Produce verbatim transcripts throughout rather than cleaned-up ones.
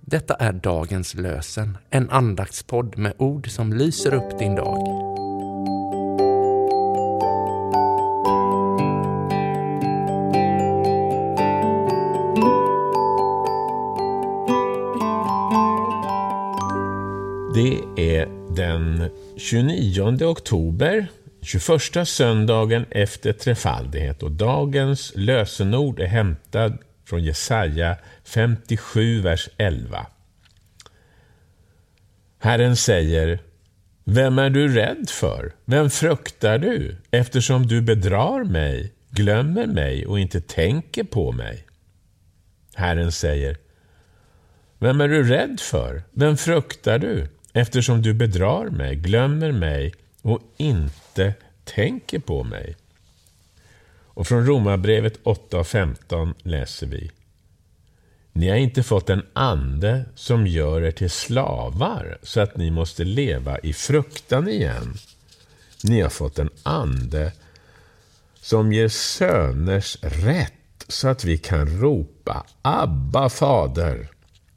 Detta är dagens lösen, en andaktspodd med ord som lyser upp din dag. Det är den tjugonionde oktober, tjugoförsta söndagen efter trefaldighet, och dagens lösenord är hämtad från Jesaja femtiosju, vers elva. Herren säger: Vem är du rädd för? Vem fruktar du? Eftersom du bedrar mig, glömmer mig och inte tänker på mig. Herren säger: Vem är du rädd för? Vem fruktar du? Eftersom du bedrar mig, glömmer mig och inte tänker på mig. Och från Romarbrevet åtta och femton läser vi: Ni har inte fått en ande som gör er till slavar så att ni måste leva i fruktan igen. Ni har fått en ande som ger söners rätt så att vi kan ropa Abba, Fader.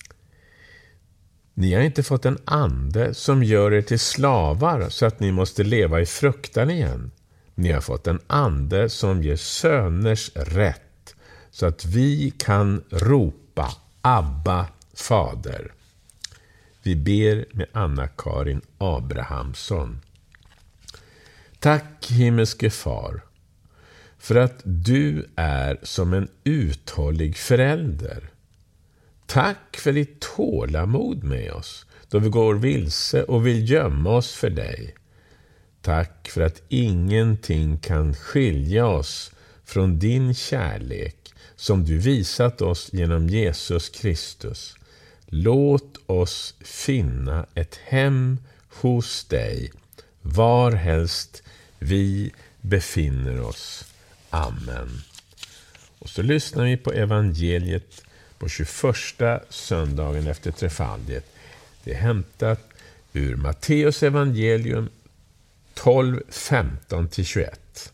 Ni har inte fått en ande som gör er till slavar så att ni måste leva i fruktan igen. Ni har fått en ande som ger söners rätt så att vi kan ropa Abba, Fader. Vi ber med Anna-Karin Abrahamsson. Tack, himmelske far, för att du är som en uthållig förälder. Tack för ditt tålamod med oss då vi går vilse och vill gömma oss för dig. Tack för att ingenting kan skilja oss från din kärlek som du visat oss genom Jesus Kristus. Låt oss finna ett hem hos dig var helst vi befinner oss. Amen. Och så lyssnar vi på evangeliet på tjugoförsta söndagen efter trefaldighet. Det är hämtat ur Matteus evangelium tolv, femton till tjugoett.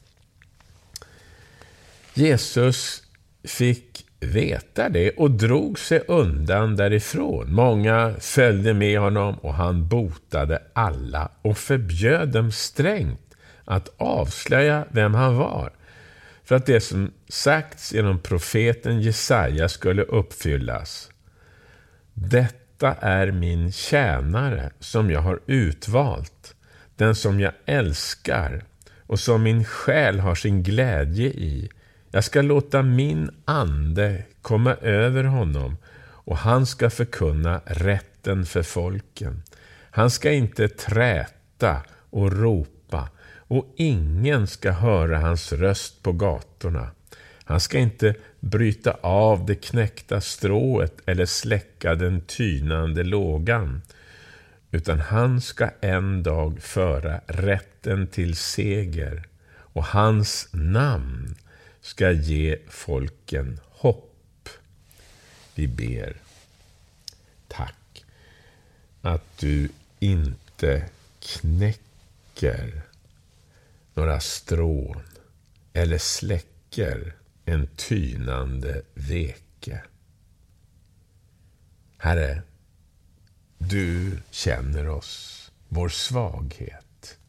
Jesus fick veta det och drog sig undan därifrån. Många följde med honom och han botade alla och förbjöd dem strängt att avslöja vem han var, för att det som sagts genom profeten Jesaja skulle uppfyllas. Detta är min tjänare som jag har utvalt, den som jag älskar och som min själ har sin glädje i. Jag ska låta min ande komma över honom och han ska förkunna rätten för folken. Han ska inte träta och ropa och ingen ska höra hans röst på gatorna. Han ska inte bryta av det knäckta strået eller släcka den tynande lågan, utan han ska en dag föra rätten till seger och hans namn ska ge folken hopp. Vi ber. Tack att du inte knäcker några strån eller släcker en tynande veke. Herre, du känner oss, vår svaghet.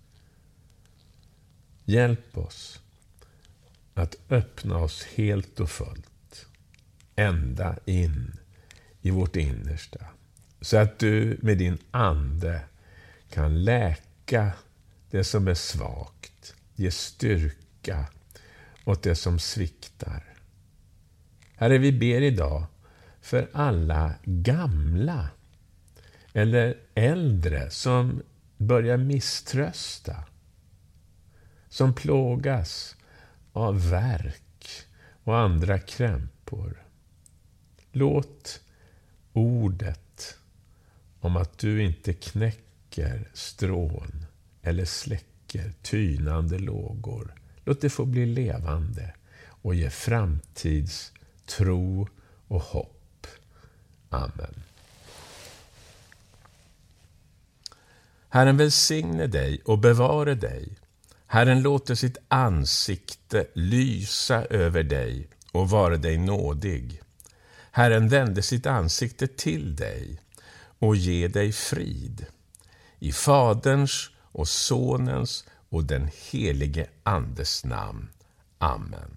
Hjälp oss att öppna oss helt och fullt, ända in i vårt innersta, så att du med din ande kan läka det som är svagt, ge styrka åt det som sviktar. Herre, vi ber idag för alla gamla eller äldre som börjar misströsta, som plågas av värk och andra krämpor. Låt ordet om att du inte knäcker strån eller släcker tynande lågor, låt det få bli levande och ge framtids tro och hopp. Amen. Herren välsigne dig och bevare dig. Herren låter sitt ansikte lysa över dig och vara dig nådig. Herren vände sitt ansikte till dig och ge dig frid. I Faderns och Sonens och den helige Andes namn. Amen.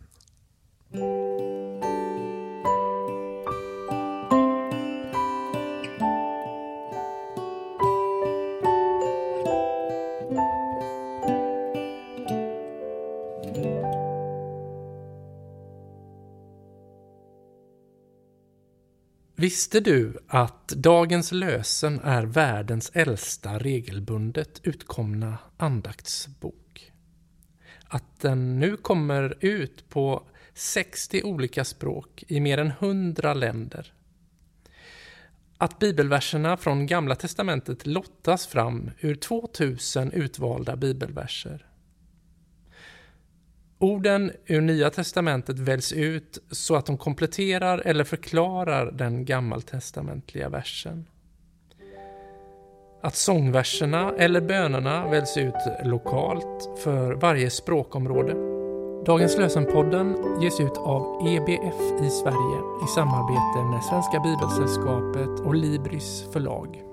Visste du att dagens lösen är världens äldsta regelbundet utkomna andaktsbok? Att den nu kommer ut på sextio olika språk i mer än hundra länder. Att bibelverserna från Gamla testamentet lottas fram ur tvåtusen utvalda bibelverser. Orden ur Nya testamentet väljs ut så att de kompletterar eller förklarar den gammaltestamentliga versen. Att sångverserna eller bönerna väljs ut lokalt för varje språkområde. Dagens lösenpodden ges ut av E B F i Sverige i samarbete med Svenska Bibelsällskapet och Libris förlag.